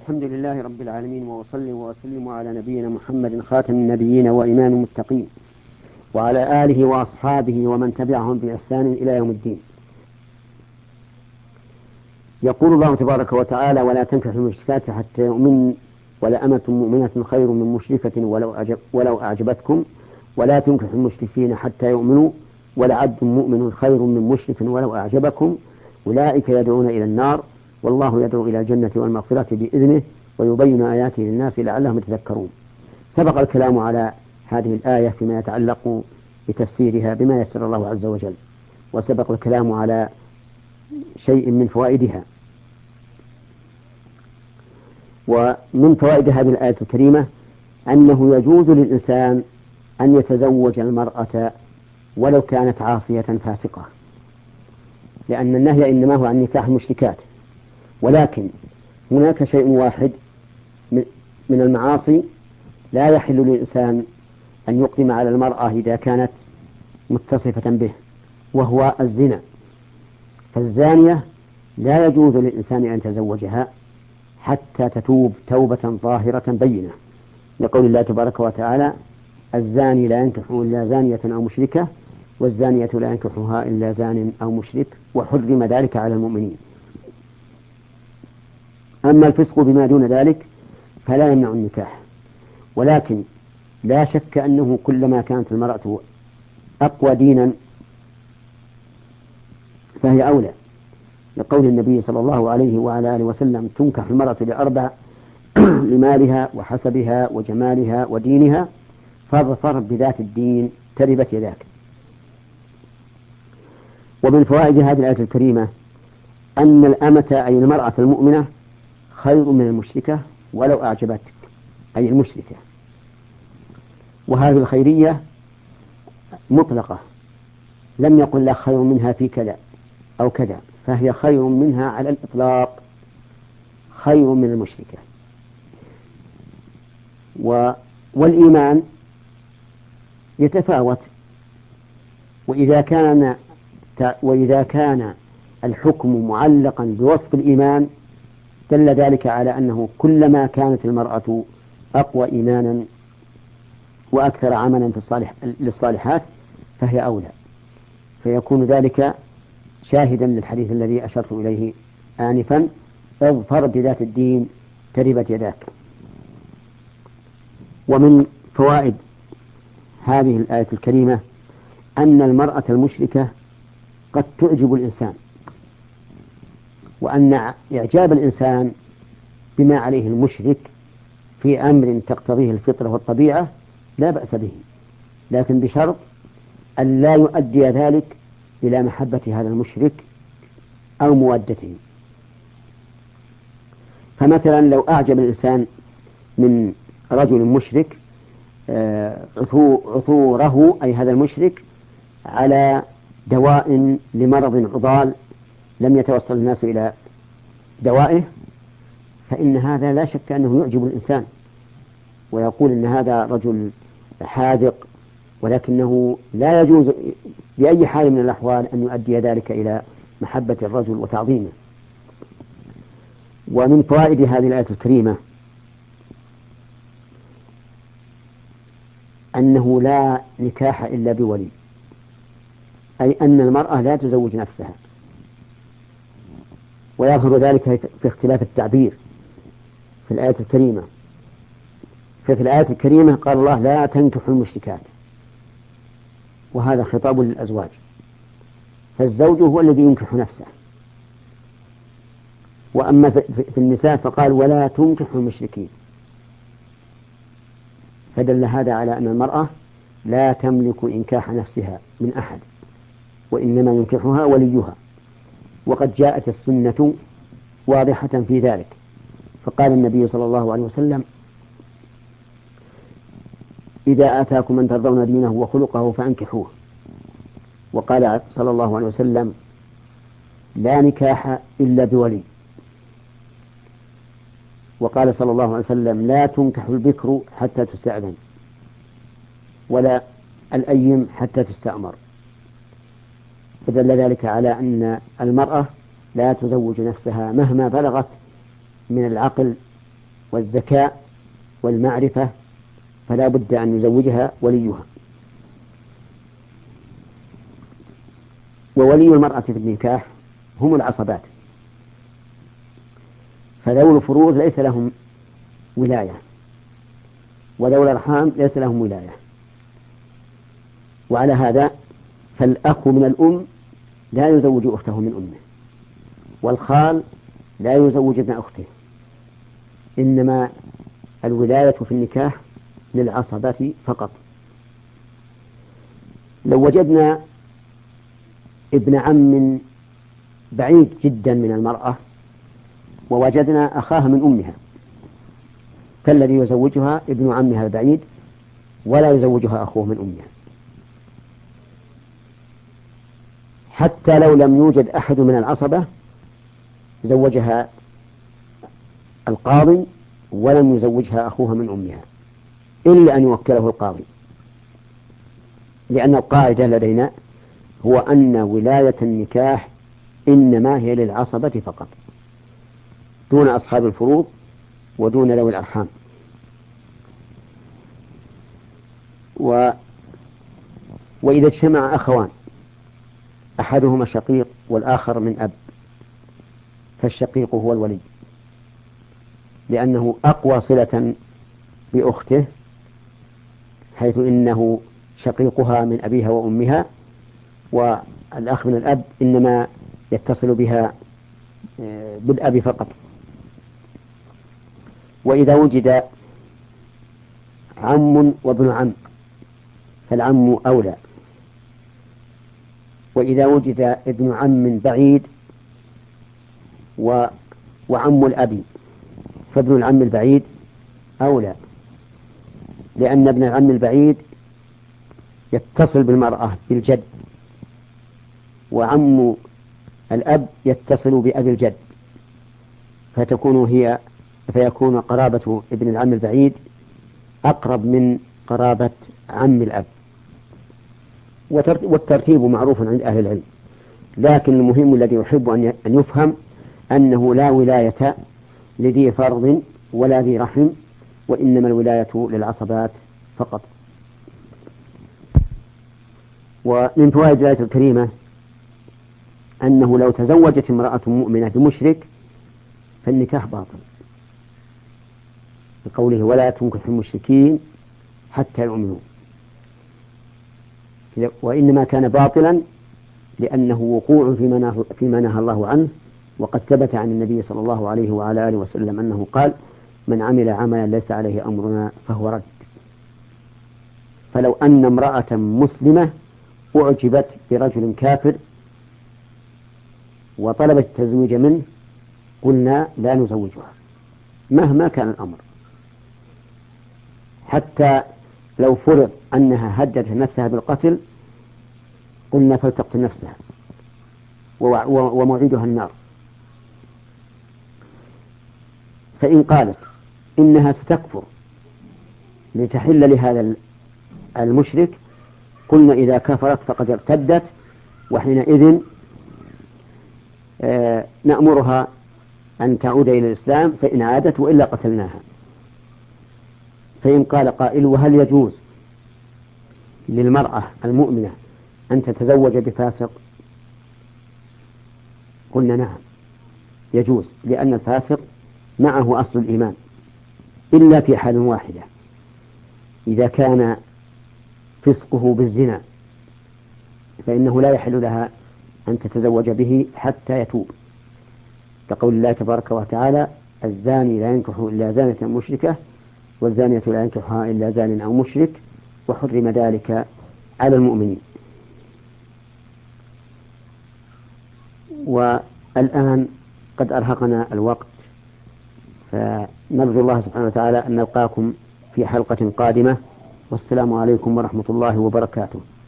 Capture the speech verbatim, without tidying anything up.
الحمد لله رب العالمين، وأصلي وأسلم على نبينا محمد خاتم النبيين وإمام المتقين، وعلى آله وأصحابه ومن تبعهم بإحسان إلى يوم الدين. يقول الله تبارك وتعالى: ولا تنكحوا المشركات حتى يؤمن، ولأمة مؤمنة خير من مشركة ولو, أعجب ولو أعجبتكم، ولا تنكحوا المشركين حتى يؤمنوا، ولعبد مؤمن خير من مشرك ولو أعجبكم، أولئك يدعون إلى النار والله يدعو إلى الجنة والمغفرة بإذنه ويبين آياته للناس لعلهم يتذكرون. سبق الكلام على هذه الآية فيما يتعلق بتفسيرها بما يسر الله عز وجل، وسبق الكلام على شيء من فوائدها. ومن فوائد هذه الآية الكريمة أنه يجوز للإنسان أن يتزوج المرأة ولو كانت عاصية فاسقة، لأن النهي إنما هو عن نكاح المشركات، ولكن هناك شيء واحد من المعاصي لا يحل للإنسان أن يقدم على المرأة إذا كانت متصفة به، وهو الزنا. فالزانية لا يجوز للإنسان أن يتزوجها حتى تتوب توبة ظاهرة بينة، لقول الله تبارك وتعالى: الزاني لا ينكح إلا زانية أو مشركة، والزانية لا ينكحها إلا زان أو مشرك، وحرم ذلك على المؤمنين. أما الفسق بما دون ذلك فلا يمنع النكاح، ولكن لا شك أنه كلما كانت المرأة أقوى دينا فهي أولى، لقول النبي صلى الله عليه وعلى آله وسلم: تنكح المرأة لأربع: لمالها وحسبها وجمالها ودينها، فاظفر بذات الدين تربت يداك. ومن فوائد هذه الآية الكريمة أن الأمة أي المرأة المؤمنة خير من المشركة ولو أعجبتك، أي المشركة. وهذه الخيرية مطلقة، لم يقل لا خير منها في كذا أو كذا، فهي خير منها على الإطلاق، خير من المشركة. و... والإيمان يتفاوت، وإذا كان وإذا كان الحكم معلقا بوصف الإيمان دل ذلك على أنه كلما كانت المرأة أقوى إيمانا وأكثر عملا في الصالح للصالحات فهي أولى، فيكون ذلك شاهدا للحديث الذي أشرت إليه آنفا: اظفر بذات الدين تربت يداك. ومن فوائد هذه الآية الكريمة أن المرأة المشركة قد تعجب الإنسان، وأن إعجاب الإنسان بما عليه المشرك في أمر تقتضيه الفطرة والطبيعة لا بأس به، لكن بشرط أن لا يؤدي ذلك إلى محبة هذا المشرك أو مودته. فمثلا لو أعجب الإنسان من رجل مشرك عثوره أي هذا المشرك على دواء لمرض عضال لم يتوصل الناس إلى دوائه، فإن هذا لا شك أنه يعجب الإنسان ويقول إن هذا رجل حاذق، ولكنه لا يجوز بأي حال من الأحوال أن يؤدي ذلك إلى محبة الرجل وتعظيمه. ومن فوائد هذه الآية الكريمة أنه لا نكاح إلا بولي، أي أن المرأة لا تزوج نفسها، ويظهر ذلك في اختلاف التعبير في الآية الكريمة. ففي الآية الكريمة قال الله: لا تنكحوا المشركات، وهذا خطاب للأزواج، فالزوج هو الذي ينكح نفسه. وأما في النساء فقال: ولا تنكحوا المشركين، فدل هذا على أن المرأة لا تملك إنكاح نفسها من أحد، وإنما ينكحها وليها. وقد جاءت السنة واضحة في ذلك، فقال النبي صلى الله عليه وسلم: إذا آتاكم من ترضون دينه وخلقه فأنكحوه. وقال صلى الله عليه وسلم: لا نكاح إلا بولي. وقال صلى الله عليه وسلم: لا تنكح البكر حتى تستأذن، ولا الأيم حتى تستأمر. فدل ذلك على أن المرأة لا تزوج نفسها مهما بلغت من العقل والذكاء والمعرفة فلا بد أن يزوجها وليها. وولي المرأة في النكاح هم العصبات، فذوي الفروض ليس لهم ولاية، وذوي الأرحام ليس لهم ولاية. وعلى هذا فالأخ من الأم لا يزوج أخته من أمه، والخال لا يزوج ابن أخته، إنما الولاية في النكاح للعصبة فقط. لو وجدنا ابن عم بعيد جدا من المرأة ووجدنا أخاها من أمها، فالذي يزوجها ابن عمها البعيد ولا يزوجها أخوه من أمها، حتى لو لم يوجد أحد من العصبة زوجها القاضي ولم يزوجها أخوها من أمها إلا أن يوكله القاضي، لأن القاعدة لدينا هو أن ولاية النكاح إنما هي للعصبة فقط دون أصحاب الفروض ودون ذوي الأرحام. و... وإذا اجتمع أخوان أحدهما شقيق والآخر من أب، فالشقيق هو الولي، لأنه أقوى صلة بأخته، حيث إنه شقيقها من أبيها وأمها، والأخ من الأب إنما يتصل بها بالأب فقط. وإذا وجد عم وابن عم فالعم أولى، وإذا وجد ابن عم بعيد و... وعم الأب فابن العم البعيد أولى، لأن ابن العم البعيد يتصل بالمرأة بالجد، وعم الأب يتصل بأبي الجد، فتكون هي فيكون قرابة ابن العم البعيد أقرب من قرابة عم الأب. والترتيب معروف عند أهل العلم، لكن المهم الذي أحب أن يفهم أنه لا ولاية لذي فرض ولا ذي رحم، وإنما الولاية للعصبات فقط. ومن فوائد الآية الكريمة أنه لو تزوجت امرأة مؤمنة بمشرك فالنكاح باطل، بقوله ولا تنكح المشركين حتى يؤمنوا، وإنما كان باطلا لأنه وقوع فيما نهى الله عنه. وقد ثبت عن النبي صلى الله عليه وعلى آله وسلم أنه قال من عمل عملا ليس عليه أمرنا فهو رد. فلو أن امرأة مسلمة أعجبت برجل كافر وطلبت التزويج منه قلنا لا نزوجها مهما كان الأمر، حتى لو فرض أنها هددت نفسها بالقتل قلنا فلتقتل نفسها وموعدها النار. فإن قالت إنها ستكفر لتحل لهذا المشرك قلنا إذا كفرت فقد ارتدت، وحينئذ آه نأمرها أن تعود إلى الإسلام فإن عادت، وإلا قتلناها. فإن قال قائل وهل يجوز للمرأة المؤمنة أن تتزوج بفاسق؟ قلنا نعم يجوز، لأن الفاسق معه أصل الإيمان إلا في حال واحدة، إذا كان فسقه بالزنا فإنه لا يحل لها أن تتزوج به حتى يتوب، كقول الله تبارك وتعالى الزاني لا ينكح إلا زانية مشركة والزانية لا ينكحها إلا زان أو مشرك وحرم ذلك على المؤمنين. والآن قد أرهقنا الوقت، فنرجو الله سبحانه وتعالى أن نلقاكم في حلقة قادمة، والسلام عليكم ورحمة الله وبركاته.